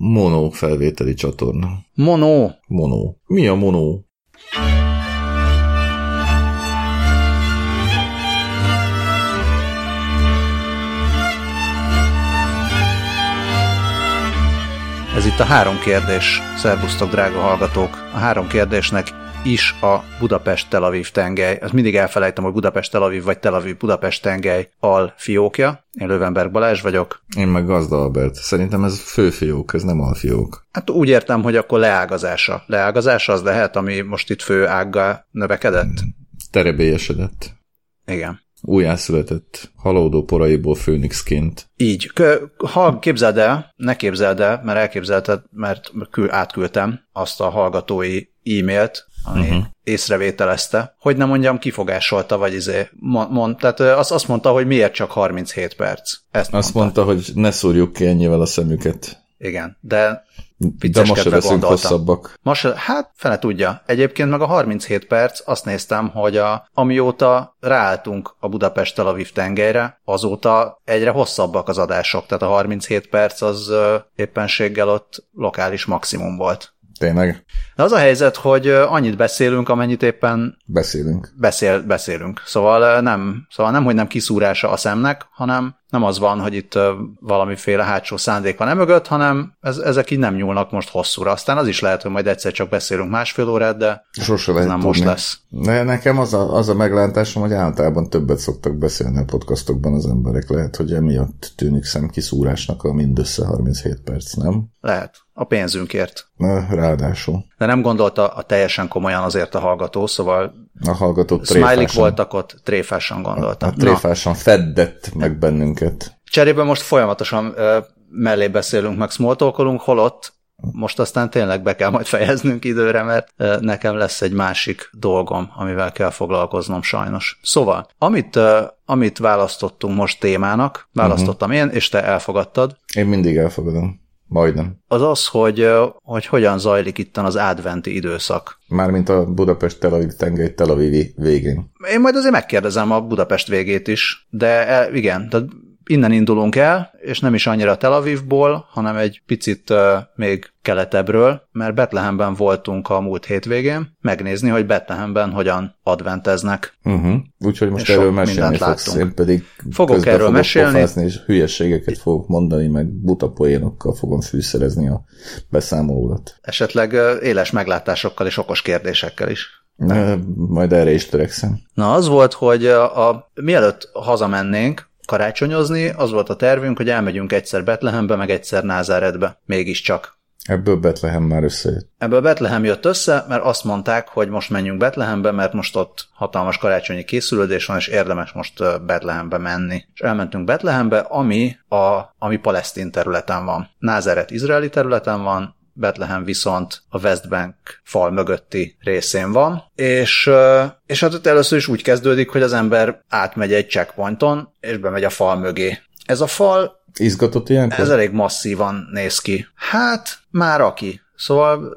Mono felvételi csatorna. Mono. Mi a mono? Ez itt a 3 kérdés. Szervusztok, drága hallgatók! A 3 kérdésnek is a Budapest-Tel Aviv tengely. Ezt mindig elfelejtem, hogy Budapest-Tel Aviv vagy Tel Aviv-Budapest tengely alfiókja. Én Löwenberg Balázs vagyok. Én meg Gazda Albert. Szerintem ez főfiók, ez nem alfiók. Hát úgy értem, hogy akkor leágazása. Leágazása az lehet, ami most itt fő ággá növekedett? Terebélyesedett. Igen. Újjászületett, halódó poraiból főnixként. Így. Képzeld el, ne képzeld el, mert elképzelted, mert átküldtem azt a hallgatói e-mailt, ami észrevételezte, hogy nem mondjam, kifogásolta, vagy tehát azt mondta, hogy miért csak 37 perc. Azt mondta, hogy ne szúrjuk ki ennyivel a szemüket. Igen, de ma se leszünk hosszabbak. Hát, fene tudja. Egyébként meg a 37 perc, azt néztem, hogy amióta ráálltunk a Budapest-Tel Aviv tengelyre, azóta egyre hosszabbak az adások, tehát a 37 perc az éppenséggel ott lokális maximum volt. Tényleg? De az a helyzet, hogy annyit beszélünk, amennyit éppen beszélünk. Szóval nem, hogy nem kiszúrása a szemnek, hanem nem az van, hogy itt valamiféle hátsó szándék van emögött, hanem ezek így nem nyúlnak most hosszúra. Aztán az is lehet, hogy majd egyszer csak beszélünk másfél órát, de sose lehet nem tudni. most lesz. Nekem az a meglátásom, hogy általában többet szoktak beszélni a podcastokban az emberek. Lehet, hogy emiatt tűnik szemkiszúrásnak a mindössze 37 perc, nem? Lehet. A pénzünkért. Ráadásul. De nem gondolta a teljesen komolyan azért a hallgató, szóval a hallgató tréfásan. Smiley voltak ott, tréfásan gondolta. Tréfásan feddett meg bennünket. Cserébe most folyamatosan mellé beszélünk, meg smalltalkolunk, holott most aztán tényleg be kell majd fejeznünk időre, mert nekem lesz egy másik dolgom, amivel kell foglalkoznom sajnos. Szóval, amit választottunk most témának, választottam én, és te elfogadtad. Én mindig elfogadom. Majdnem. Az, hogy hogyan zajlik ittan az adventi időszak. Mármint a Budapest-Tel Aviv tengely Tel Avivi végén. Én majd azért megkérdezem a Budapest végét is, de igen, tehát innen indulunk el, és nem is annyira Tel Avivból, hanem egy picit még keletebbről, mert Betlehemben voltunk a múlt hétvégén, megnézni, hogy Betlehemben hogyan adventeznek. Úgyhogy most erről mesélni fogsz, én pedig fogok erről mesélni, pofázni, és hülyeségeket fogok mondani, meg buta poénokkal fogom fűszerezni a beszámolódat. Esetleg éles meglátásokkal és okos kérdésekkel is. Majd erre is törekszem. Na, az volt, hogy mielőtt hazamennénk karácsonyozni, az volt a tervünk, hogy elmegyünk egyszer Betlehembe, meg egyszer Názáretbe. Mégiscsak. Ebből Betlehem már összejött. Ebből Betlehem jött össze, mert azt mondták, hogy most menjünk Betlehembe, mert most ott hatalmas karácsonyi készülődés van, és érdemes most Betlehembe menni. És elmentünk Betlehembe, ami palesztin területen van. Názáret izraeli területen van, Betlehem viszont a West Bank fal mögötti részén van, és hát ott először is úgy kezdődik, hogy az ember átmegy egy checkpointon, és bemegy a fal mögé. Ez a fal... Izgatott ilyenkor? Ez elég masszívan néz ki. Hát, már aki. Szóval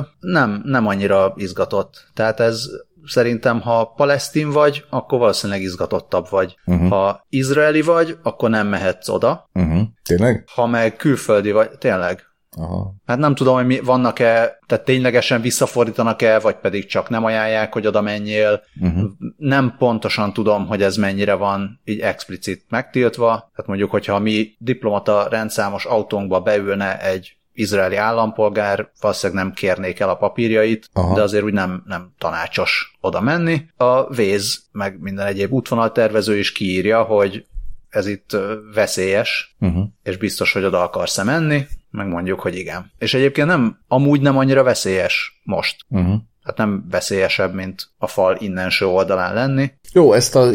nem annyira izgatott. Tehát ez... Szerintem, ha palesztin vagy, akkor valószínűleg izgatottabb vagy. Ha izraeli vagy, akkor nem mehetsz oda. Tényleg? Ha meg külföldi vagy, tényleg. Aha. Hát nem tudom, hogy vannak-e, tehát ténylegesen visszafordítanak-e, vagy pedig csak nem ajánlják, hogy oda menjél. Nem pontosan tudom, hogy ez mennyire van így explicit megtiltva. Tehát mondjuk, hogyha mi diplomata rendszámos autónkba beülne egy izraeli állampolgár, valószínűleg nem kérnék el a papírjait, de azért úgy nem tanácsos oda menni. A Waze, meg minden egyéb útvonaltervező is kiírja, hogy ez itt veszélyes, és biztos, hogy oda akarsz menni, megmondjuk, hogy igen. És egyébként amúgy nem annyira veszélyes most. Hát nem veszélyesebb, mint a fal innenső oldalán lenni. Jó, ezt az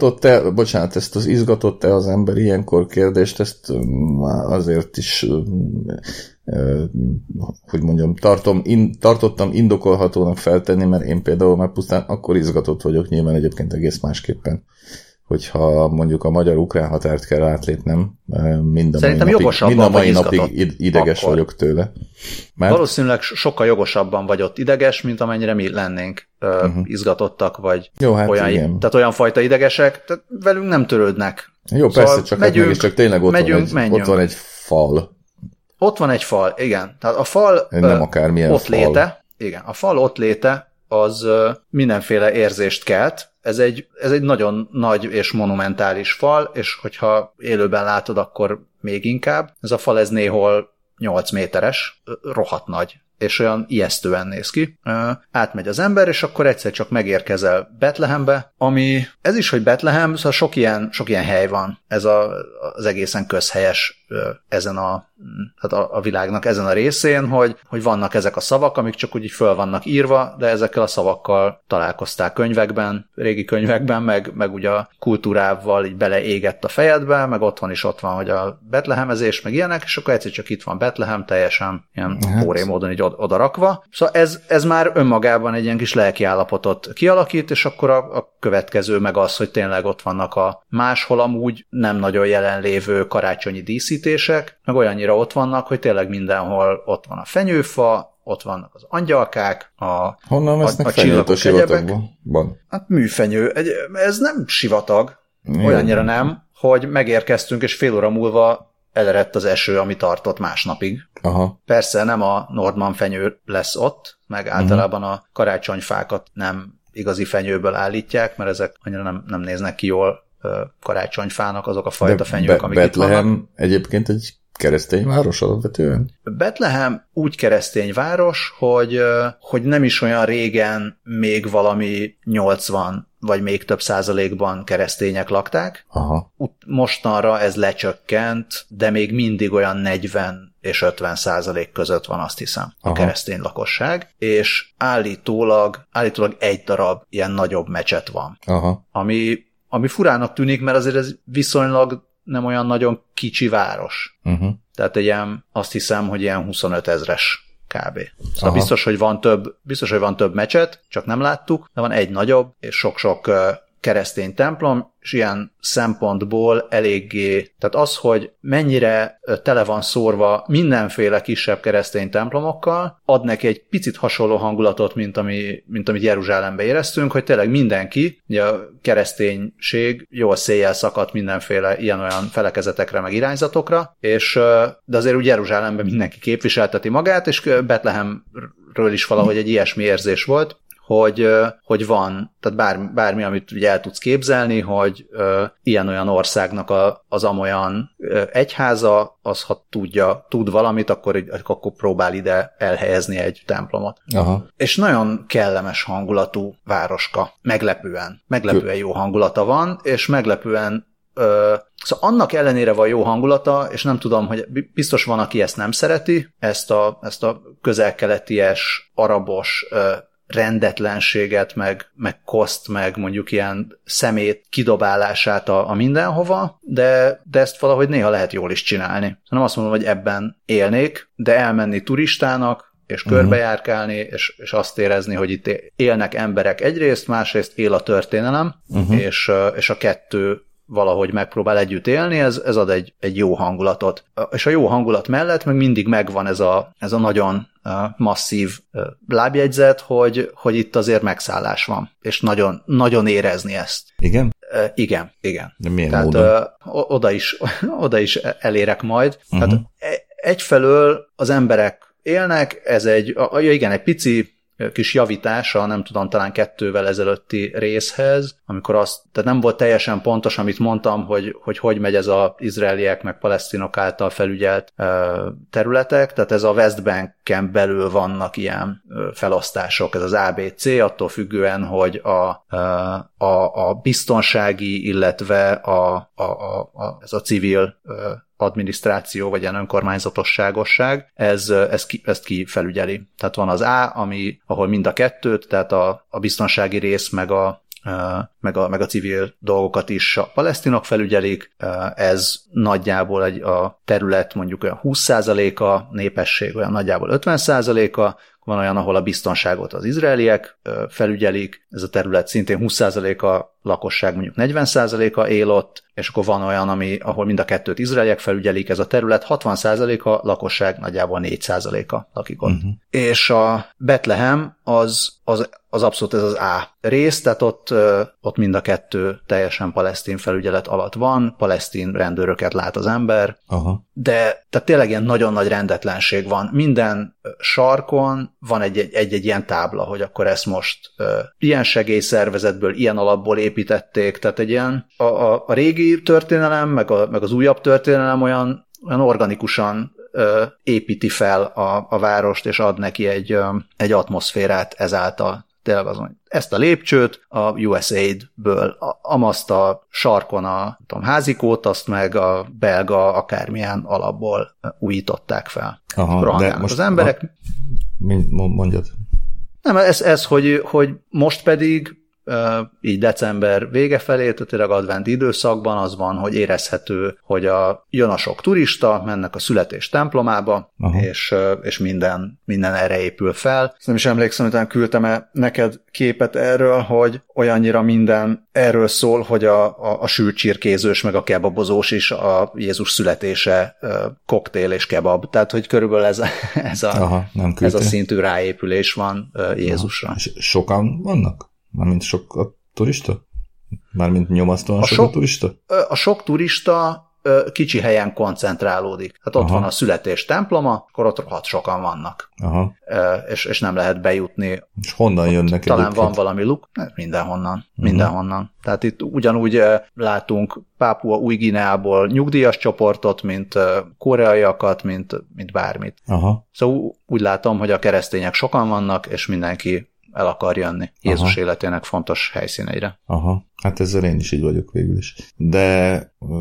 izgatott-e az ember ilyenkor kérdést, ezt azért is, hogy mondjam, tartottam indokolhatónak feltenni, mert én például már pusztán akkor izgatott vagyok, nyilván egyébként egész másképpen, hogyha mondjuk a magyar-ukrán határt kell átlépnem, mind a mai napig ideges akkor vagyok tőle. Mert... Valószínűleg sokkal jogosabban vagy ott ideges, mint amennyire mi lennénk izgatottak, vagy jó, hát tehát olyan fajta idegesek, tehát velünk nem törődnek. Jó, szóval persze, csak megyünk, csak tényleg ott van egy fal. Ott van egy fal, igen. Tehát a fal nem akármilyen ott fal. léte, igen, a fal ott léte az mindenféle érzést kelt. Ez egy nagyon nagy és monumentális fal, és hogyha élőben látod, akkor még inkább. Ez a fal ez néhol 8 méteres, rohadt nagy, és olyan ijesztően néz ki. Átmegy az ember, és akkor egyszer csak megérkezel Betlehembe, ami, ez is, hogy Betlehem, szóval sok ilyen hely van. Ez az egészen közhelyes ezen a világnak ezen a részén, hogy vannak ezek a szavak, amik csak úgy föl vannak írva, de ezekkel a szavakkal találkoztál könyvekben, régi könyvekben, meg ugye a kultúrával így beleégett a fejedbe, meg ott van, hogy a betlehemezés, meg ilyenek, és akkor egyszer csak itt van Betlehem, teljesen ilyen póré módon így odarakva. Szóval ez már önmagában egy ilyen kis lelkiállapotot kialakít, és akkor a következő meg az, hogy tényleg ott vannak a máshol amúgy nem nagyon jelenlévő karácsonyi díszítések, meg olyannyira ott vannak, hogy tényleg mindenhol ott van a fenyőfa, ott vannak az angyalkák, honnan vesznek fenyőt a sivatagban? Hát műfenyő. Ez nem sivatag, olyannyira nem, hogy megérkeztünk, és fél óra múlva elerett az eső, ami tartott másnapig. Aha. Persze nem a Nordman fenyő lesz ott, meg általában a karácsonyfákat nem igazi fenyőből állítják, mert ezek annyira nem néznek ki jól karácsonyfának azok a fajta fenyők, amik itt vannak. Betlehem egyébként egy keresztény város alapvetően? Betlehem úgy keresztény város, hogy nem is olyan régen még valami 80 vagy még több százalékban keresztények lakták. Aha. Mostanra ez lecsökkent, de még mindig olyan 40 és 50% között van, azt hiszem, a keresztény lakosság, és állítólag egy darab ilyen nagyobb mecset van. Aha. Ami furának tűnik, mert azért ez viszonylag nem olyan nagyon kicsi város. Tehát azt hiszem, hogy ilyen 25 000-es kb. Szóval biztos, hogy van több mecset, csak nem láttuk, de van egy nagyobb, és sok-sok keresztény templom, és ilyen szempontból eléggé, tehát az, hogy mennyire tele van szórva mindenféle kisebb keresztény templomokkal, ad neki egy picit hasonló hangulatot, mint amit Jeruzsálembe éreztünk, hogy tényleg mindenki, ugye a kereszténység jól széjjel szakadt mindenféle ilyen-olyan felekezetekre, meg irányzatokra, de azért úgy Jeruzsálemben mindenki képviselteti magát, és Betlehemről is valahogy egy ilyesmi érzés volt, hogy van, tehát bármi, amit ugye el tudsz képzelni, hogy ilyen-olyan országnak az amolyan egyháza, az ha tud valamit, akkor próbál ide elhelyezni egy templomot. Aha. És nagyon kellemes hangulatú városka. Meglepően jó hangulata van, és meglepően szóval annak ellenére van jó hangulata, és nem tudom, hogy biztos van, aki ezt nem szereti, ezt a közel-keleties, arabos rendetlenséget, meg koszt, meg mondjuk ilyen szemét kidobálását a mindenhova, de ezt valahogy néha lehet jól is csinálni. Nem azt mondom, hogy ebben élnék, de elmenni turistának, és körbejárkálni, és azt érezni, hogy itt élnek emberek egyrészt, másrészt él a történelem, és a kettő valahogy megpróbál együtt élni, ez ad egy jó hangulatot. És a jó hangulat mellett meg mindig megvan ez a nagyon masszív lábjegyzet, hogy itt azért megszállás van, és nagyon, nagyon érezni ezt. Igen? Igen. De milyen tehát módon? oda is elérek majd. Tehát egyfelől az emberek élnek, ez egy pici kis javítása, nem tudom, talán 2-vel ezelőtti részhez, amikor tehát nem volt teljesen pontos, amit mondtam, hogy megy ez az izraeliek meg palesztinok által felügyelt területek, tehát ez a West Banken belül vannak ilyen felosztások, ez az ABC, attól függően, hogy a biztonsági, illetve ez a civil adminisztráció, vagy ilyen önkormányzatosságosság, ezt ki felügyeli. Tehát van az A, ahol mind a kettőt, tehát a biztonsági rész, meg a civil dolgokat is a palesztinok felügyelik, ez nagyjából a terület mondjuk olyan 20%-a, népesség olyan nagyjából 50%-a, van olyan, ahol a biztonságot az izraeliek felügyelik, ez a terület szintén 20%-a lakosság, mondjuk 40%-a él ott, és akkor van olyan, ahol mind a kettőt izraeliek felügyelik, ez a terület 60%-a lakosság, nagyjából 4%-a lakik ott. És a Betlehem az abszolút ez az A rész, tehát ott ott mind a kettő teljesen palesztin felügyelet alatt van, palesztin rendőröket lát az ember, de tehát tényleg ilyen nagyon nagy rendetlenség van. Minden sarkon van egy ilyen tábla, hogy akkor ezt most ilyen segélyszervezetből, ilyen alapból építették, tehát egy ilyen a régi történelem, meg az újabb történelem olyan organikusan építi fel a várost, és ad neki egy atmoszférát ezáltal. Tényleg azon, ezt a lépcsőt a USAID-ből, amaszt a sarkon a házikót, azt meg a belga akármilyen alapból újították fel. De most az emberek... Mondjad. Nem, ez hogy most pedig így december vége felé, tehát tényleg adventi időszakban az van, hogy érezhető, hogy jön a sok turista, mennek a születés templomába, és minden erre épül fel. Ezt nem is emlékszem, hogy küldtem-e neked képet erről, hogy olyannyira minden erről szól, hogy a sült csirkézős meg a kebabozós is a Jézus születése koktél és kebab. Tehát, hogy körülbelül ez a szintű ráépülés van Jézusra. Sokan vannak? Mármint sok a turista? Mármint nyomasztóan sok a turista? A sok turista kicsi helyen koncentrálódik. Hát ott van a születés temploma, akkor ott rohadt sokan vannak. És nem lehet bejutni. És honnan jönnek talán egyébként? Van valami luk? Mindenhonnan. Tehát itt ugyanúgy látunk Pápua Új-Guineából nyugdíjas csoportot, mint koreaiakat, mint bármit. Szóval úgy látom, hogy a keresztények sokan vannak, és mindenki el akar jönni Jézus életének fontos helyszíneire. Hát ezzel én is így vagyok végül is. De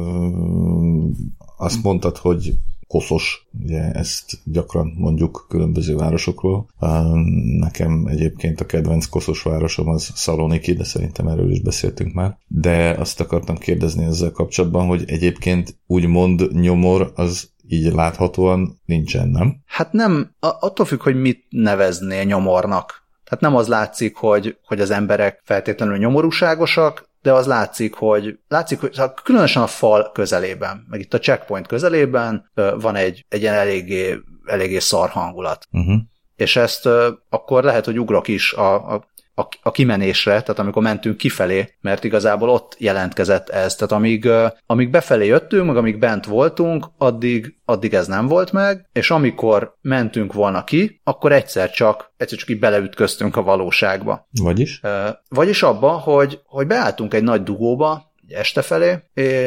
azt mondtad, hogy koszos, ugye ezt gyakran mondjuk különböző városokról. Nekem egyébként a kedvenc koszos városom az Szaloniki, de szerintem erről is beszéltünk már. De azt akartam kérdezni ezzel kapcsolatban, hogy egyébként úgymond nyomor az így láthatóan nincsen, nem? Hát nem, attól függ, hogy mit neveznél nyomornak. Tehát nem az látszik, hogy az emberek feltétlenül nyomorúságosak, de az látszik, hogy különösen a fal közelében, meg itt a checkpoint közelében van egy ilyen eléggé szar hangulat. És ezt akkor lehet, hogy ugrok is a kimenésre, tehát amikor mentünk kifelé, mert igazából ott jelentkezett ez. Tehát amíg befelé jöttünk, meg amíg bent voltunk, addig ez nem volt meg, és amikor mentünk volna ki, akkor egyszer csak így beleütköztünk a valóságba. Vagyis? Vagyis abba, hogy beálltunk egy nagy dugóba, este felé,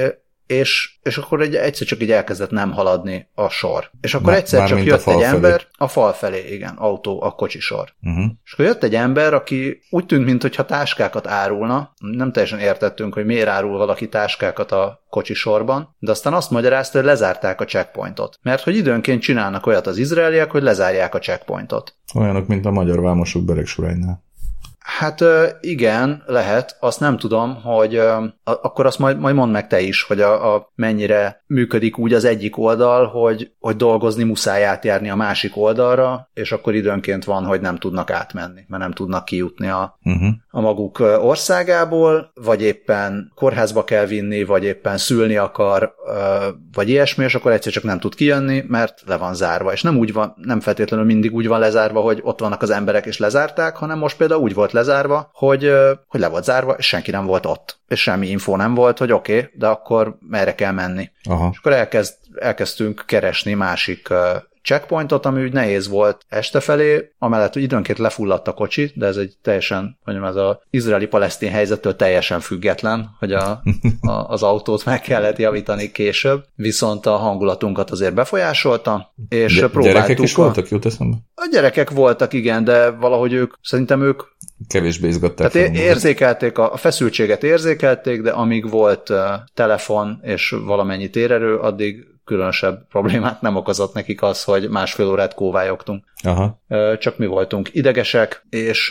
és akkor egyszer csak így elkezdett nem haladni a sor. És akkor egyszer csak jött egy ember a fal felé, igen, a kocsisor. És akkor jött egy ember, aki úgy tűnt, mintha táskákat árulna, nem teljesen értettünk, hogy miért árul valaki táskákat a kocsisorban, de aztán azt magyarázta, hogy lezárták a checkpointot. Mert hogy időnként csinálnak olyat az izraeliek, hogy lezárják a checkpointot. Olyanok, mint a magyar vámosok Beregsuránynál. Hát igen, lehet, azt nem tudom, hogy akkor azt majd mondd meg te is, hogy mennyire működik úgy az egyik oldal, hogy dolgozni muszáj átjárni a másik oldalra, és akkor időnként van, hogy nem tudnak átmenni, mert nem tudnak kijutni a maguk országából, vagy éppen kórházba kell vinni, vagy éppen szülni akar, vagy ilyesmi, és akkor egyszer csak nem tud kijönni, mert le van zárva. És nem úgy van, nem feltétlenül mindig úgy van lezárva, hogy ott vannak az emberek és lezárták, hanem most például úgy volt lezárva, hogy le volt zárva, és senki nem volt ott. És semmi infó nem volt, hogy oké, de akkor merre kell menni. És akkor elkezdtünk keresni másik checkpointot, ami úgy nehéz volt este felé, amellett, hogy időnként lefulladt a kocsi, de ez egy teljesen, mondjam, ez az izraeli-palesztin helyzettől teljesen független, hogy az autót meg kellett javítani később, viszont a hangulatunkat azért befolyásolta, és próbáltuk. Gyerekek is voltak, jut eszembe? A gyerekek voltak, igen, de valahogy szerintem ők kevésbé izgatták. Tehát érzékelték, a feszültséget érzékelték, de amíg volt telefon és valamennyi térerő, addig különösebb problémát nem okozott nekik az, hogy másfél órát kóvályogtunk. Csak mi voltunk idegesek,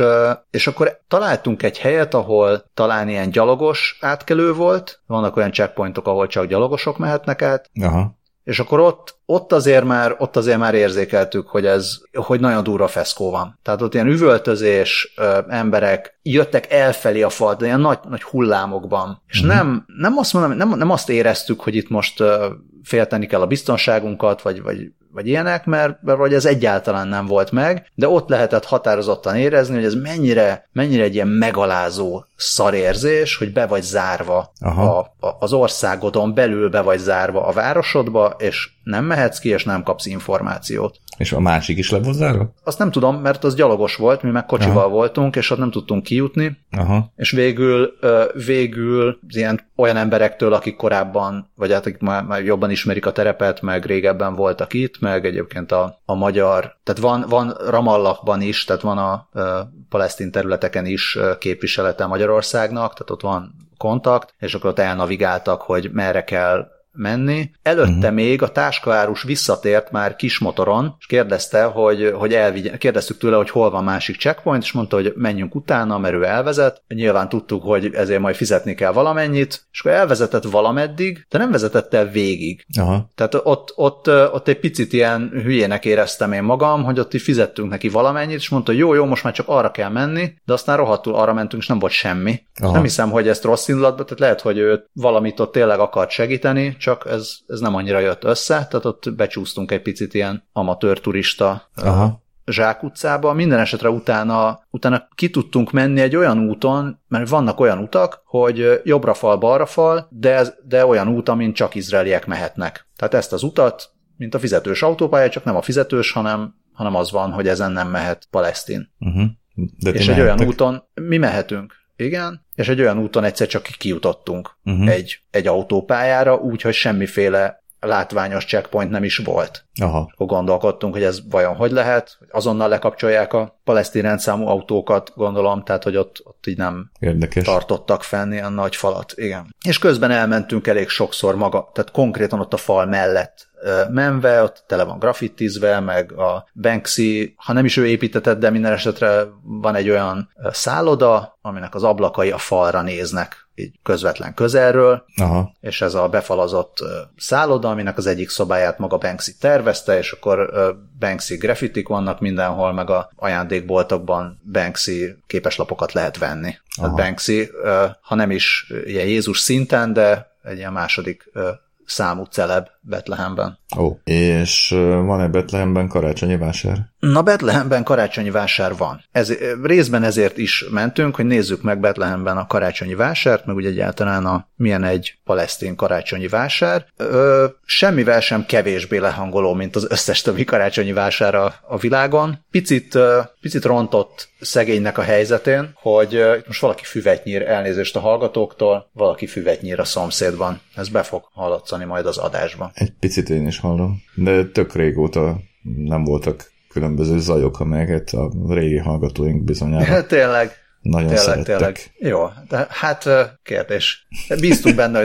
és akkor találtunk egy helyet, ahol talán ilyen gyalogos átkelő volt, vannak olyan checkpointok, ahol csak gyalogosok mehetnek át, és akkor ott azért már érzékeltük, hogy nagyon durva feszkó van. Tehát ott ilyen üvöltözés, emberek jöttek elfelé a falt, ilyen nagy hullámokban. És nem azt mondom, nem azt éreztük, hogy itt most félteni kell a biztonságunkat, vagy vagy ilyenek, mert vagy ez egyáltalán nem volt meg, de ott lehetett határozottan érezni, hogy ez mennyire egy ilyen megalázó szarérzés, hogy be vagy zárva az országodon belül, be vagy zárva a városodba, és nem mehetsz ki, és nem kapsz információt. És a másik is le volt zárva? Azt nem tudom, mert az gyalogos volt, mi meg kocsival voltunk, és ott nem tudtunk kijutni, és végül ilyen olyan emberektől, akik korábban, vagy hát akik már jobban ismerik a terepet, meg régebben voltak itt, meg egyébként a magyar, tehát van Ramallahban is, tehát van a palesztin területeken is képviselete Magyarországnak, tehát ott van kontakt, és akkor ott elnavigáltak, hogy merre kell menni. Előtte még a táskaárus visszatért már kis motoron, és kérdezte, kérdeztük tőle, hogy hol van másik checkpoint, és mondta, hogy menjünk utána, mert ő elvezet. Nyilván tudtuk, hogy ezért majd fizetni kell valamennyit, és akkor elvezetett valameddig, de nem vezetett el végig. Tehát ott egy picit ilyen hülyének éreztem én magam, hogy ott így fizettünk neki valamennyit, és mondta, hogy jó, most már csak arra kell menni, de aztán rohadtul arra mentünk, és nem volt semmi. Nem hiszem, hogy ezt rossz indulatban, tehát lehet, hogy ő valamit ott tényleg akart segíteni, csak ez nem annyira jött össze, tehát ott becsúsztunk egy picit ilyen amatőr turista zsákutcába. Minden esetre utána ki tudtunk menni egy olyan úton, mert vannak olyan utak, hogy jobbra fal, balra fal, de olyan út, amin csak izraeliek mehetnek. Tehát ezt az utat, mint a fizetős autópálya, csak nem a fizetős, hanem az van, hogy ezen nem mehet palesztin. És egy olyan úton mi mehetünk. Igen, és egy olyan úton egyszer csak kijutottunk egy autópályára, úgyhogy semmiféle látványos checkpoint nem is volt. Akkor gondolkodtunk, hogy ez vajon hogy lehet, hogy azonnal lekapcsolják a palesztin rendszámú autókat, gondolom, tehát hogy ott így nem tartottak fenn ilyen nagy falat. Igen. És közben elmentünk elég sokszor tehát konkrétan ott a fal mellett menve, ott tele van graffitizve, meg a Banksy, ha nem is ő építetett, de minden esetre van egy olyan szálloda, aminek az ablakai a falra néznek, így közvetlen közelről, és ez a befalazott szálloda, aminek az egyik szobáját maga Banksy tervezte, és akkor Banksy graffitik vannak mindenhol, meg a ajándékboltokban Banksy képeslapokat lehet venni. Tehát Banksy, ha nem is ilyen Jézus szinten, de egy ilyen második számú celeb Betlehemben. És van-e Betlehemben karácsonyi vásár? Na, Betlehemben karácsonyi vásár van. Részben ezért is mentünk, hogy nézzük meg Betlehemben a karácsonyi vásárt, meg ugye egyáltalán milyen egy palesztin karácsonyi vásár. Semmivel sem kevésbé lehangoló, mint az összes többi karácsonyi vásár a világon. Picit rontott szegénynek a helyzetén, hogy most valaki füvet nyír, elnézést a hallgatóktól, valaki füvet nyír a szomszédban. Ez be fog hallatszani majd az adásban. Egy picit én is hallom, de tök régóta nem voltak különböző zajok, amelyeket a régi hallgatóink bizonyára nagyon szerettek. Tényleg. Jó, de hát kérdés. Bíztunk benne,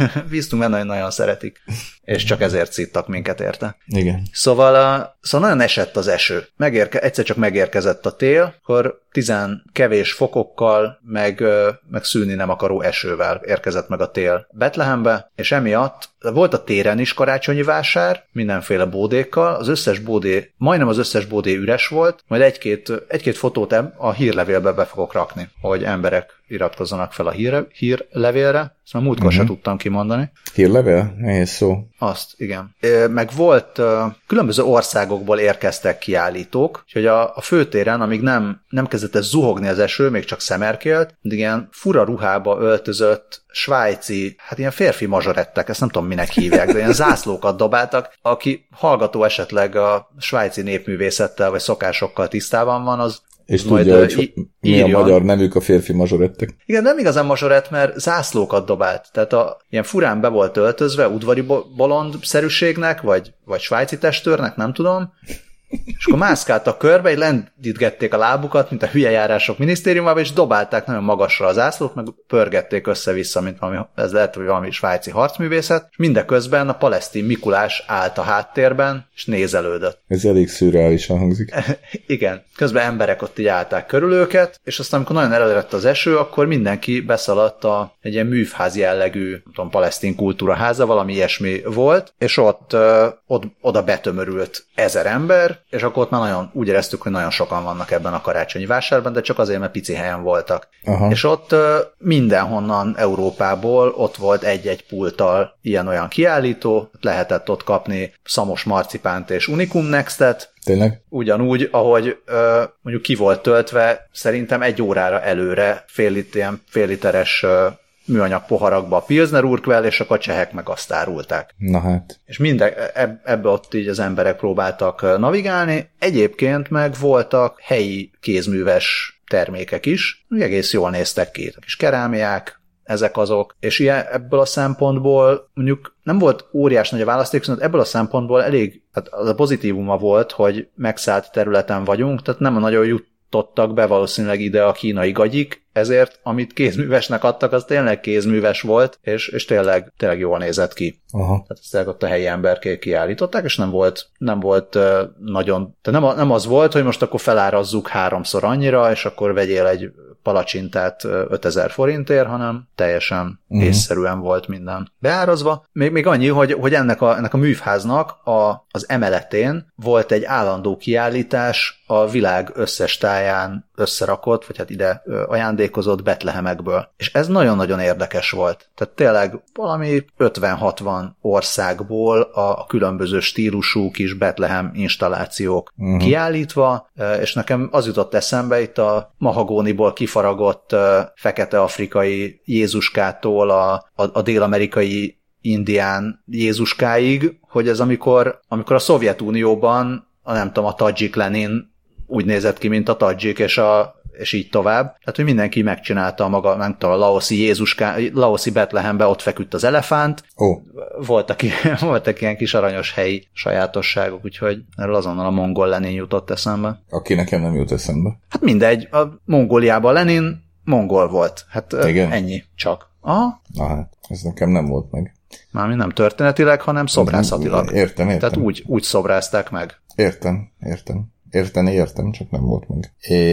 hogy nagyon szeretik, és csak ezért szittak minket érte. Igen. Szóval nagyon esett az eső. Egyszer csak megérkezett a tél, akkor 10 kevés fokokkal, meg szűnni nem akaró esővel érkezett meg a tél Betlehembe, és emiatt volt a téren is karácsonyi vásár, mindenféle bódékkal, majdnem az összes bódé üres volt, majd egy-két fotót a hírlevélbe be fogok rakni, hogy emberek iratkozzanak fel a hírlevélre. Ezt már múltkor se tudtam kimondani. Hírlevél? Nehéz szó. Azt, igen. Meg volt, különböző országokból érkeztek kiállítók, úgyhogy a főtéren, amíg nem kezdett zuhogni az eső, még csak szemerkélt, de ilyen fura ruhába öltözött svájci, hát ilyen férfi mazsorettek, ezt nem tudom minek hívják, de ilyen zászlókat dobáltak, aki hallgató esetleg a svájci népművészettel vagy szokásokkal tisztában van, az és tudja, hogy mi a magyar nevük a férfi mazsorettek. Igen, nem igazán mazsorett, mert zászlókat dobált. Tehát ilyen furán be volt öltözve, udvari bolond-szerűségnek, vagy svájci testőrnek, nem tudom. És akkor mászkáltak körbe, és lendítgették a lábukat, mint a hülyejárások minisztériumába, és dobálták nagyon magasra az zászlót, meg pörgették össze-vissza, mint ez lehet, hogy valami svájci harcművészet, és mindeközben a palesztin Mikulás állt a háttérben, és nézelődött. Ez elég szürreálisan hangzik. Igen. Közben emberek ott így állták körül őket, és aztán, amikor nagyon eledett az eső, akkor mindenki beszaladt egy ilyen művház jellegű, nem tudom, palesztin kultúraháza, valami ilyesmi volt, és ott oda betömörült 1000 ember, és akkor ott már nagyon úgy éreztük, hogy nagyon sokan vannak ebben a karácsonyi vásárban, de csak azért, mert pici helyen voltak. Aha. És ott mindenhonnan Európából ott volt egy-egy pulttal ilyen-olyan kiállító, lehetett ott kapni szamos marcipánt és Unicum Nextet. Tényleg? Ugyanúgy, ahogy mondjuk ki volt töltve, szerintem 1 órára előre fél literes műanyag poharakba a Pilsner Urquell, és akkor a csehek meg azt árulták. Na hát. És ebbe ott így az emberek próbáltak navigálni. Egyébként meg voltak helyi kézműves termékek is, egész jól néztek ki. A kis kerámiák, ezek azok, és ebből a szempontból mondjuk nem volt óriás nagy a választék, viszont ebből a szempontból elég, hát az a pozitívuma volt, hogy megszállt területen vagyunk, tehát nem nagyon jutottak be valószínűleg ide a kínai gagyik, ezért amit kézművesnek adtak, az tényleg kézműves volt, és tényleg jól nézett ki. Aha. Tehát ezt ott a helyi emberkék kiállították, és nem volt nagyon, tehát nem az volt, hogy most akkor felárazzuk 3-szor annyira, és akkor vegyél egy palacsintát 5000 forintért, hanem teljesen észszerűen volt minden beárazva. Még annyi, hogy ennek a művháznak az emeletén volt egy állandó kiállítás a világ összes táján összerakott, vagy hát ide ajándékozott Betlehemekből. És ez nagyon-nagyon érdekes volt. Tehát tényleg valami 50-60 országból a különböző stílusú kis Betlehem installációk kiállítva, és nekem az jutott eszembe itt a mahagóniból kifaragott fekete afrikai Jézuskától a dél-amerikai indián Jézuskáig, hogy ez amikor a Szovjetunióban nem tudom, a Tadzsik Lenin úgy nézett ki, mint a Tadzsik, és így tovább. Tehát, hogy mindenki megcsinálta maga, nem tudom, a laoszi Betlehembe ott feküdt az elefánt. Oh. Voltak ilyen kis aranyos helyi sajátosságok, úgyhogy erről azonnal a mongol Lenin jutott eszembe. Aki nekem nem jut eszembe. Hát mindegy, a Mongóliában Lenin mongol volt. Hát igen. Ennyi csak. Aha. Na hát, ez nekem nem volt meg. Mármint nem történetileg, hanem szobrászatilag. Értem. Tehát úgy szobrázták meg. Értem, csak nem volt meg.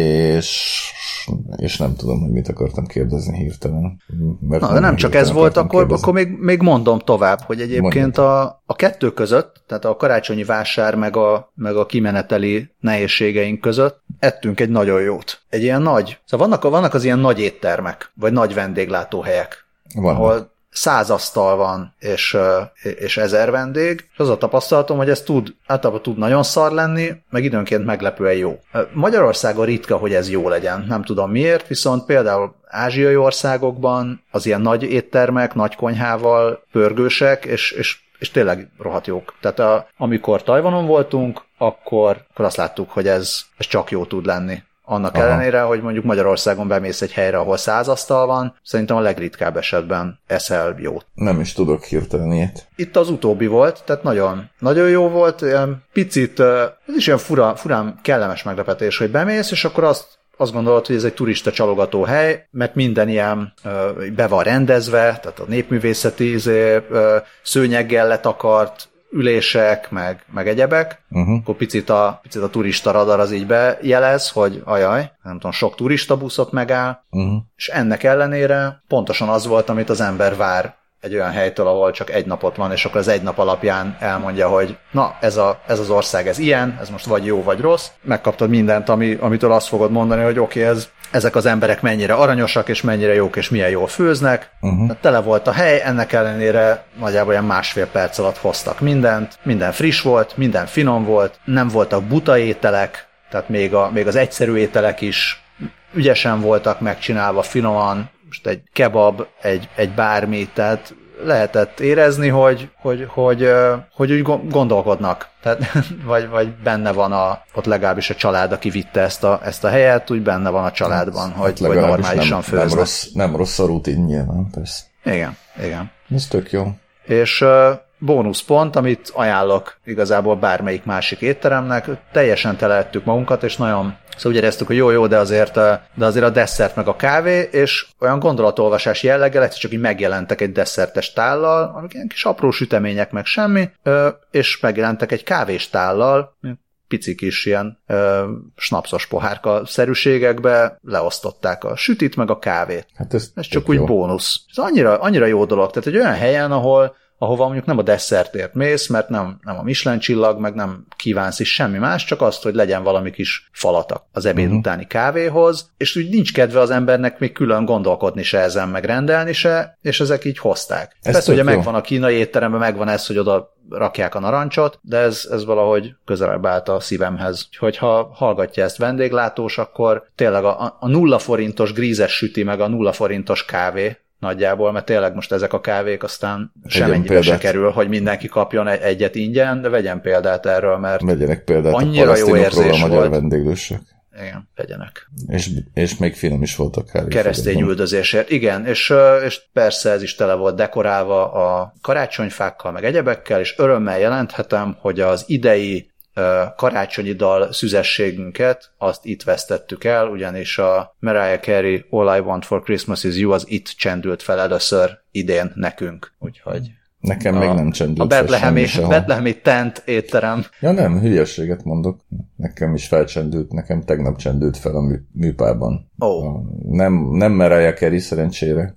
És nem tudom, hogy mit akartam kérdezni hirtelen. De nem csak ez volt, akkor még mondom tovább, hogy egyébként a kettő között, tehát a karácsonyi vásár meg a kimeneteli nehézségeink között ettünk egy nagyon jót. Egy ilyen nagy, szóval vannak az ilyen nagy éttermek, vagy nagy vendéglátóhelyek, ahol 100 asztal van, és 1000 vendég, és az a tapasztalatom, hogy ez általában tud nagyon szar lenni, meg időnként meglepően jó. Magyarországon ritka, hogy ez jó legyen, nem tudom miért, viszont például ázsiai országokban az ilyen nagy éttermek, nagy konyhával pörgősek, és tényleg rohadt jók. Tehát amikor Tajvanon voltunk, akkor azt láttuk, hogy ez csak jó tud lenni. Annak ellenére, hogy mondjuk Magyarországon bemész egy helyre, ahol 100 asztal van, szerintem a legritkább esetben eszel jót. Nem is tudok hirtelen ilyet. Itt az utóbbi volt, tehát nagyon, nagyon jó volt, ilyen picit, ez is ilyen furán kellemes meglepetés, hogy bemész, és akkor azt gondolod, hogy ez egy turista csalogató hely, mert minden ilyen be van rendezve, tehát a népművészeti szőnyeggel letakart ülések, meg egyebek, akkor picit a turista radar az így bejelez, hogy ajaj, nem tudom, sok turista buszot megáll, és ennek ellenére pontosan az volt, amit az ember vár egy olyan helytől, ahol csak egy napot van, és akkor az egy nap alapján elmondja, hogy na, ez az ország, ez ilyen, ez most vagy jó, vagy rossz. Megkaptad mindent, amitől azt fogod mondani, hogy oké, ezek az emberek mennyire aranyosak, és mennyire jók, és milyen jól főznek. Tele volt a hely, ennek ellenére nagyjából olyan 1,5 perc alatt hoztak mindent, minden friss volt, minden finom volt, nem voltak buta ételek, tehát még az egyszerű ételek is ügyesen voltak megcsinálva, finoman, most egy kebab, egy bármi, tehát lehetett érezni, hogy úgy gondolkodnak. Tehát, vagy benne van ott legalábbis a család, aki vitte ezt a helyet, úgy benne van a családban, hogy normálisan főznek. Nem rossz a rutin nyilván, persze. Igen. Ez tök jó. És bónuszpont, amit ajánlok igazából bármelyik másik étteremnek, teljesen telettük magunkat, és nagyon szóval úgy éreztük, hogy jó, de azért a desszert meg a kávé, és olyan gondolatolvasási jelleggel egyszer csak így megjelentek egy desszertes tállal, amik ilyen kis apró sütemények, meg semmi, és megjelentek egy kávés tállal, pici kis ilyen snapszos pohárka szerűségekbe leosztották a sütit meg a kávét. Hát ez csak úgy jó. Bónusz. Ez annyira jó dolog. Tehát egy olyan helyen, ahol ahova mondjuk nem a desszertért mész, mert nem a Michelin csillag, meg nem kívánsz is semmi más, csak azt, hogy legyen valami kis falatak az ebéd utáni kávéhoz, és úgy nincs kedve az embernek még külön gondolkodni se ezen, meg rendelni se, és ezek így hozták. Persze ugye megvan a kínai étteremben, megvan ez, hogy oda rakják a narancsot, de ez valahogy közelebb állt a szívemhez. Úgyhogy ha hallgatja ezt vendéglátós, akkor tényleg a 0 forintos grízes süti, meg a 0 forintos kávé nagyjából, mert tényleg most ezek a kávék aztán semennyibe se kerül, hogy mindenki kapjon egyet ingyen, de vegyen példát erről, mert vegyenek példát annyira jó érzés a magyar volt. vendéglősök. Igen, vegyenek. És még finom is volt a kávé. Keresztény üldözésért. Igen, és persze ez is tele volt dekorálva a karácsonyfákkal, meg egyebekkel, és örömmel jelenthetem, hogy az idei karácsonyi dal szüzességünket, azt itt vesztettük el, ugyanis a Mariah Carey All I Want for Christmas is You az itt csendült fel először idén nekünk. Úgyhogy nekem még nem csendült fel Betlehemi tent étterem. Ja nem, hülyeséget mondok. Nekem is felcsendült, nekem tegnap csendült fel a műpában. Nem Mariah Carey szerencsére.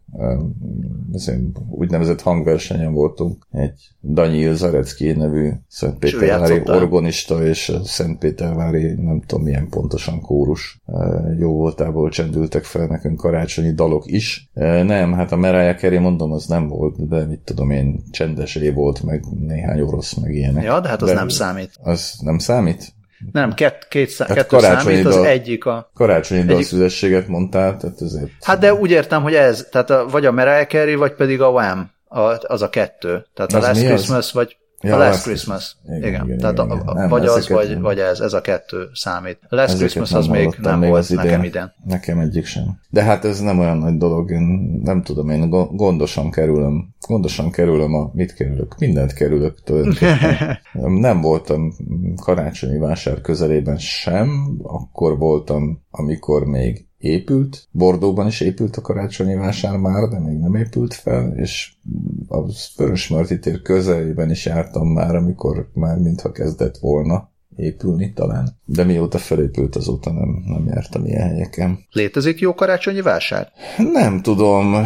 Úgynevezett hangversenyen voltunk. Egy Daniil Zarecki nevű Szentpétervári orgonista és Szentpétervári nem tudom milyen pontosan kórus jó voltából csendültek fel nekünk karácsonyi dalok is. Nem, hát a Mariah Carey mondom, az nem volt, de mit tudom én, csendes év volt, meg néhány orosz, meg ilyenek. Ja, de hát az nem számít. Az nem számít? Nem, kettő számít, az egyik a... Karácsonyi dalszüzességet mondtál, tehát ezért... Hát de úgy értem, hogy ez, tehát vagy a Mariah Carey, vagy pedig a Wham, az a kettő. Tehát a Last Christmas, vagy a Last Christmas. Igen. Tehát vagy az, vagy ez a kettő számít. A Last Christmas az még nem volt nekem idén. Nekem egyik sem. De hát ez nem olyan nagy dolog, én nem tudom, én gondosan kerülöm mit kerülök? Mindent kerülök tulajdonképpen. Nem voltam karácsonyi vásár közelében sem, akkor voltam, amikor még épült. Bordeauxban is épült a karácsonyi vásár már, de még nem épült fel, és a Vörösmarty tér közelében is jártam már, amikor már mintha kezdett volna épülni talán. De mióta felépült, azóta nem jártam ilyen helyeken. Létezik jó karácsonyi vásár? Nem tudom.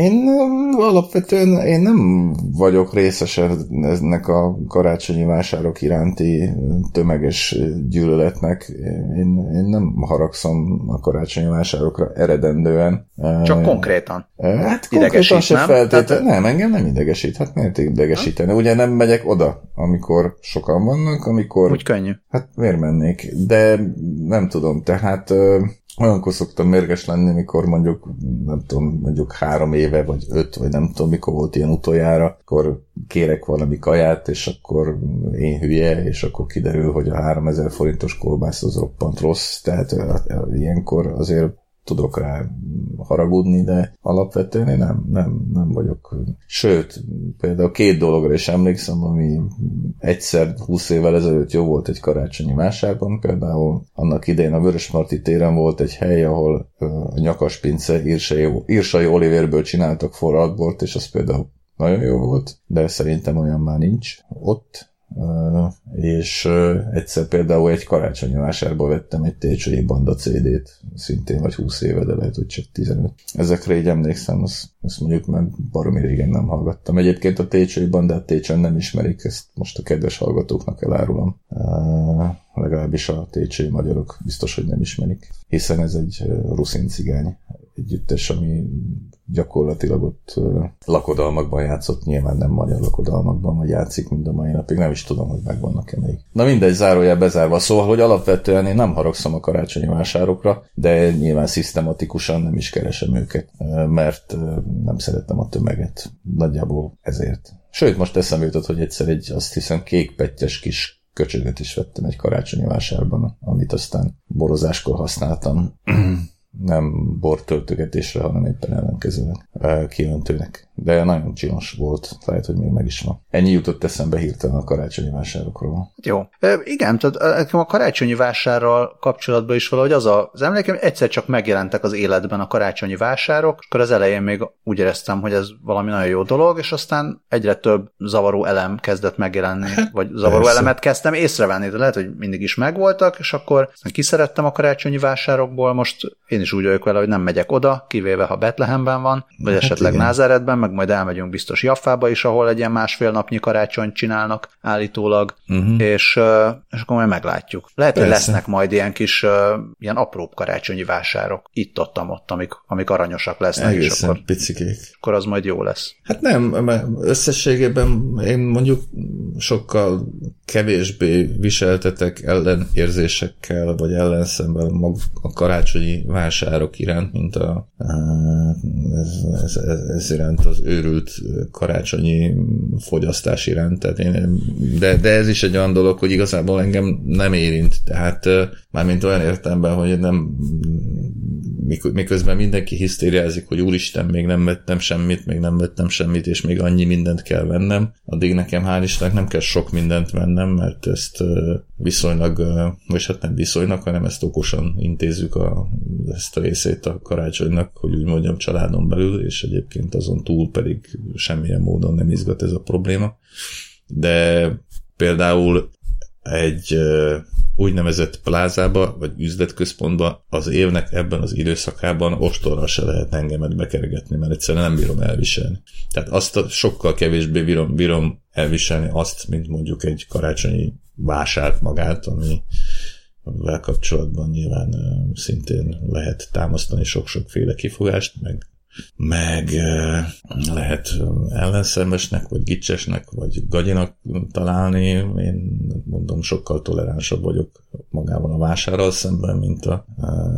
Alapvetően nem vagyok részes ennek a karácsonyi vásárok iránti tömeges gyűlöletnek. Én nem haragszom a karácsonyi vásárokra eredendően. Csak konkrétan? Hát konkrétan se feltétlenül. Nem, engem nem idegesít. Hát miért idegesíteni? Ugye nem megyek oda, amikor sokan vannak, amikor... Úgy könnyű. Hát miért mennék? De nem tudom, tehát olyankor szoktam mérges lenni, mikor mondjuk 3 éve, vagy 5, vagy nem tudom, mikor volt ilyen utoljára, akkor kérek valami kaját, és akkor én hülye, és akkor kiderül, hogy a 3000 forintos kolbász az roppant rossz, tehát ilyenkor azért tudok rá haragudni, de alapvetően én nem vagyok. Sőt, például 2 dologra is emlékszem, ami egyszer 20 évvel ezelőtt jó volt egy karácsonyi vásárban, például annak idején a Vörösmarty téren volt egy hely, ahol a Nyakaspince írsai olivérből csináltak forralt bort, és az például nagyon jó volt, de szerintem olyan már nincs ott. És egyszer például egy karácsonyi vásárba vettem egy Técsői Banda CD-t, szintén vagy 20 éve, de lehet, hogy csak 15. Ezekre így emlékszem, azt mondjuk már baromi régen nem hallgattam. Egyébként a Técsői Bandát Técsön nem ismerik, ezt most a kedves hallgatóknak elárulom. Legalábbis a técsői magyarok biztos, hogy nem ismerik, hiszen ez egy ruszin cigány együttes, ami gyakorlatilag ott lakodalmakban játszott, nyilván nem magyar lakodalmakban, vagy játszik mind a mai napig, nem is tudom, hogy megvannak-e még. Na mindegy, zárójel bezárva, szóval, hogy alapvetően én nem haragszom a karácsonyi vásárokra, de nyilván szisztematikusan nem is keresem őket, mert nem szeretem a tömeget. Nagyjából ezért. Sőt, most eszembe jutott, hogy egyszer azt hiszem kékpettyes kis köcsögöt is vettem egy karácsonyi vásárban, amit aztán borozáskor használtam. Nem bortöltögetésre, hanem éppen ellenkezőleg kiöntőnek. De nagyon csinos volt, lehet, hogy még meg is van. Ennyi jutott eszembe hirtelen a karácsonyi vásárokról. Jó. Igen, tehát a karácsonyi vásárral kapcsolatban is valahogy az emlékem, egyszer csak megjelentek az életben a karácsonyi vásárok, és akkor az elején még úgy éreztem, hogy ez valami nagyon jó dolog, és aztán egyre több zavaró elem kezdett megjelenni, vagy zavaró elemet kezdtem észrevenni, de lehet, hogy mindig is megvoltak, és akkor kiszerettem a karácsonyi vásárokból, most én is úgy vagyok vele, hogy nem megyek oda, kivéve ha Betlehemben van. vagy esetleg igen. Názáretben, meg majd elmegyünk biztos Jaffába is, ahol egy ilyen 1,5 napnyi karácsonyt csinálnak állítólag, és akkor majd meglátjuk. Lehet, hogy lesznek majd ilyen kis, ilyen apróbb karácsonyi vásárok, itt-ott, amik aranyosak lesznek, egészen és akkor, picikék. akkor az majd jó lesz. Hát nem, mert összességében én mondjuk sokkal kevésbé viseltetek ellenérzésekkel, vagy ellenszemben a karácsonyi vásárok iránt, mint ez iránt az őrült karácsonyi fogyasztás iránt. Tehát de ez is egy olyan dolog, hogy igazából engem nem érint. Tehát mármint olyan értelemben, hogy nem miközben mindenki hisztériázik, hogy úristen, még nem vettem semmit, és még annyi mindent kell vennem, addig nekem hál' Istennek nem kell sok mindent vennem, mert ezt viszonylag, vagy hát nem viszonylag, hanem ezt okosan intézzük ezt a részét a karácsonynak, hogy úgy mondjam, családon belül, és egyébként azon túl pedig semmilyen módon nem izgat ez a probléma. De például egy úgynevezett plázába, vagy üzletközpontba az évnek ebben az időszakában ostorral se lehet engemet bekergetni, mert egyszerűen nem bírom elviselni. Tehát azt sokkal kevésbé bírom elviselni azt, mint mondjuk egy karácsonyi vásárt magát, amivel kapcsolatban nyilván szintén lehet támasztani sok-sokféle kifogást, meg lehet ellenszemesnek, vagy gicsesnek, vagy gagyinak találni. Én mondom, sokkal toleránsabb vagyok magával a vásárral szemben, mint a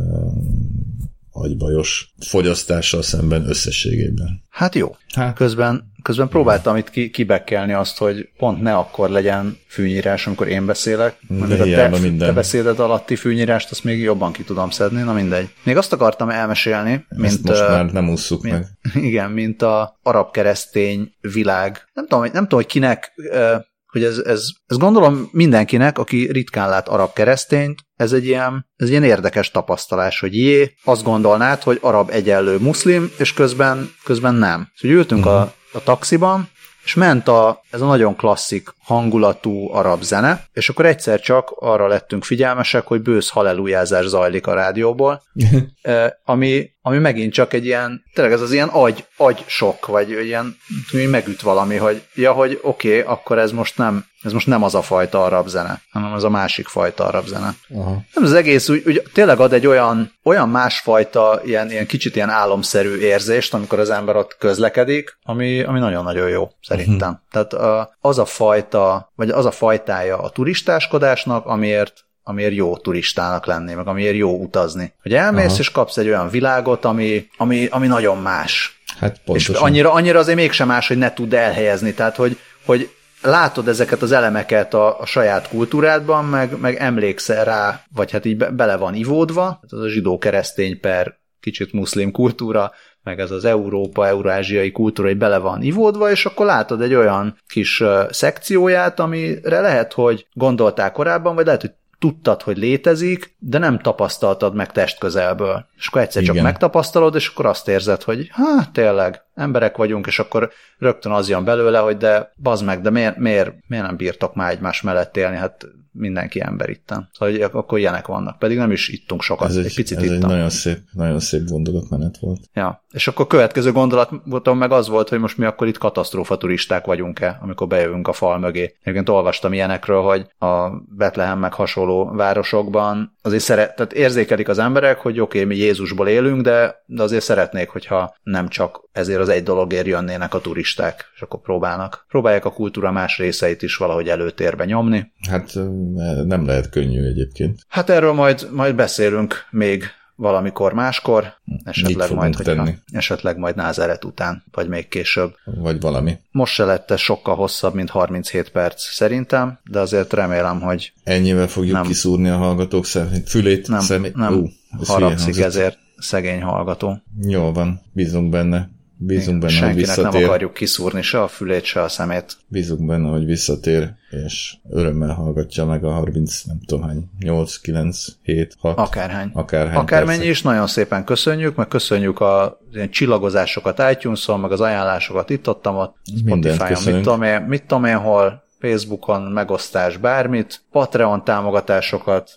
agybajos fogyasztással szemben összességében. Hát jó. Közben próbáltam itt kibekkelni azt, hogy pont ne akkor legyen fűnyírás, amikor én beszélek. Mert a te beszéded alatti fűnyírást, azt még jobban ki tudom szedni, na mindegy. Még azt akartam elmesélni, ezt most már nem ússzuk meg. Igen, mint a arab-keresztény világ. Nem tudom, hogy kinek, hogy ez gondolom mindenkinek, aki ritkán lát arab-keresztényt, ez egy ilyen érdekes tapasztalás, hogy azt gondolnád, hogy arab egyenlő muszlim, és közben nem. Szóval ültünk a taxiban, és ment ez a nagyon klasszik hangulatú arab zene, és akkor egyszer csak arra lettünk figyelmesek, hogy bősz hallelujázás zajlik a rádióból, ami megint csak egy ilyen, tényleg ez az ilyen agysok, vagy ilyen, megüt valami, hogy oké, akkor ez most nem az a fajta arab zene, hanem az a másik fajta arab zene. Aha. Nem, az egész úgy tényleg ad egy olyan másfajta, ilyen kicsit ilyen álomszerű érzést, amikor az ember ott közlekedik, ami nagyon-nagyon jó, szerintem. Tehát az a fajta, vagy az a fajtája a turistáskodásnak, amiért jó turistának lenni, meg amiért jó utazni. Hogy elmész, és kapsz egy olyan világot, ami nagyon más. Hát pontosan. És annyira azért mégsem más, hogy ne tudd elhelyezni. Tehát, hogy látod ezeket az elemeket a saját kultúrádban, meg emlékszel rá, vagy hát így bele van ivódva, az a zsidó-keresztény per kicsit muszlim kultúra, meg ez az eurázsiai kultúra, hogy bele van ivódva, és akkor látod egy olyan kis szekcióját, amire lehet, hogy gondoltál korábban, vagy lehet, hogy tudtad, hogy létezik, de nem tapasztaltad meg testközelből. És akkor egyszer csak megtapasztalod, és akkor azt érzed, hogy tényleg, emberek vagyunk, és akkor rögtön az jön belőle, hogy de bazd meg, de miért nem bírtok már egymás mellett élni? Hát mindenki ember itten. Szóval akkor ilyenek vannak. Pedig nem is ittunk sokat, egy picit ittam. Ez egy nagyon szép gondolatmenet volt. Ja, és akkor következő gondolatom meg az volt, hogy most mi akkor itt katasztrófa turisták vagyunk-e, amikor bejövünk a fal mögé. Egyébként olvastam ilyenekről, hogy a Betlehem meg hasonló városokban azért tehát érzékelik az emberek, hogy oké, mi Jézusból élünk, de azért szeretnék, hogyha nem csak ezért az egy dologért jönnének a turisták, és akkor próbálják a kultúra más részeit is valahogy előtérbe nyomni. Hát nem lehet könnyű egyébként. Hát erről majd beszélünk még valamikor máskor, esetleg majd Názáret után, vagy még később. Vagy valami. Most se lett ez sokkal hosszabb, mint 37 perc szerintem, de azért remélem, hogy ennyivel fogjuk kiszúrni a hallgatók fülét. Nem haragszik ezért szegény hallgató. Jól van, bízunk benne. Senkinek hogy visszatér. Nem akarjuk kiszúrni se a fülét, se a szemét. Bízunk benne, hogy visszatér, és örömmel hallgatja meg a 30, nem tudom hány, 8, 9, 7, 6. Akármennyi is, nagyon szépen köszönjük, meg köszönjük a ilyen csillagozásokat iTunes-on, meg az ajánlásokat itt-ott, Spotify-on, mit tudom én hol, Facebookon, megosztás, bármit, Patreon támogatásokat,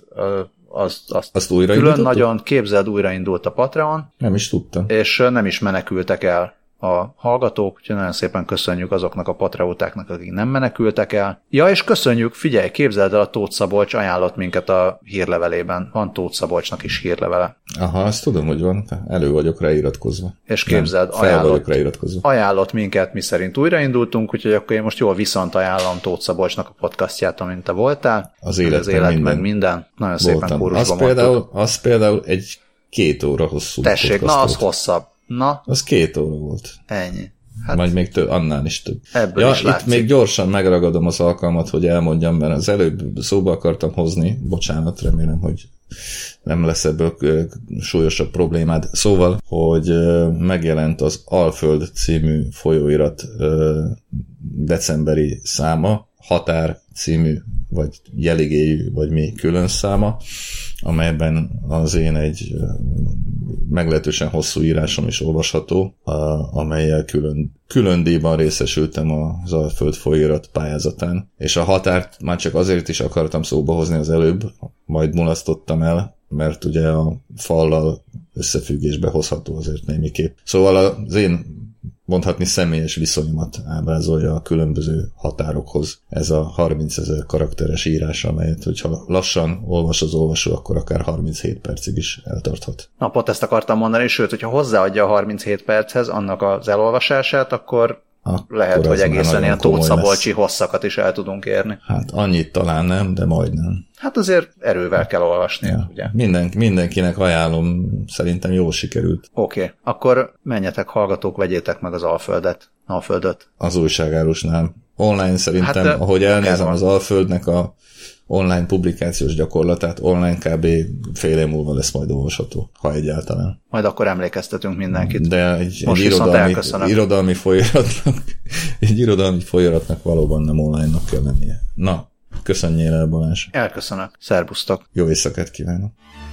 azt újraindítottuk? Külön nagyon, képzeld, újraindult a Patreon. Nem is tudtam. És nem is menekültek el a hallgatók, úgyhogy nagyon szépen köszönjük azoknak a patriótáknak, akik nem menekültek el. Ja, és köszönjük, figyelj, képzeld el, a Tóth Szabolcs ajánlott minket a hírlevelében. Van Tóth Szabolcsnak is hírlevele. Aha, ezt tudom, hogy van. Elő vagyok rá iratkozva. És képzeld, ajánlott minket, mi szerint újraindultunk, úgyhogy akkor én most jól viszont ajánlom Tóth Szabolcsnak a podcastját, amint te voltál. Az élet meg minden. Nagyon szépen kórusba mondtuk. Az például egy 2 óra hosszú. Tessék, na az hosszabb. Na? Az 2 óra volt. Ennyi. Hát majd még annál is több. Ebből is látszik. Itt még gyorsan megragadom az alkalmat, hogy elmondjam, mert az előbb szóba akartam hozni, bocsánat, remélem, hogy nem lesz ebből súlyosabb problémád. Szóval, hogy megjelent az Alföld című folyóirat decemberi száma, Határ című, vagy jeligéjű, vagy mi külön száma, amelyben az én egy meglehetősen hosszú írásom is olvasható, amellyel külön díjban részesültem az Alföld folyóirat pályázatán. És a Határt már csak azért is akartam szóba hozni az előbb, majd mulasztottam el, mert ugye a fallal összefüggésbe hozható azért némiképp. Szóval az én mondhatni személyes viszonyomat ábrázolja a különböző határokhoz. Ez a 30 000 karakteres írás, amelyet, hogyha lassan olvas az olvasó, akkor akár 37 percig is eltarthat. Na, pont ezt akartam mondani, sőt, hogyha hozzáadja a 37 perchez annak az elolvasását, akkor lehet, hogy egészen ilyen Tóth Szabolcsi hosszakat is el tudunk érni. Hát annyit talán nem, de majdnem. Hát azért erővel kell olvasni, ja. Ugye? Mindenkinek ajánlom, szerintem jól sikerült. Oké, akkor menjetek, hallgatók, vegyétek meg az Alföldöt. Az újságárusnál. Online szerintem, hát, ahogy elnézem az Alföldnek a online publikációs gyakorlatát, online kb. Fél év múlva lesz majd olvasható, ha egyáltalán. Majd akkor emlékeztetünk mindenkit. De egy irodalmi folyóiratnak valóban nem online-nak kell lennie. Na, köszönjél el, Balázs. Elköszönök. Szerbusztok. Jó éjszakát kívánok.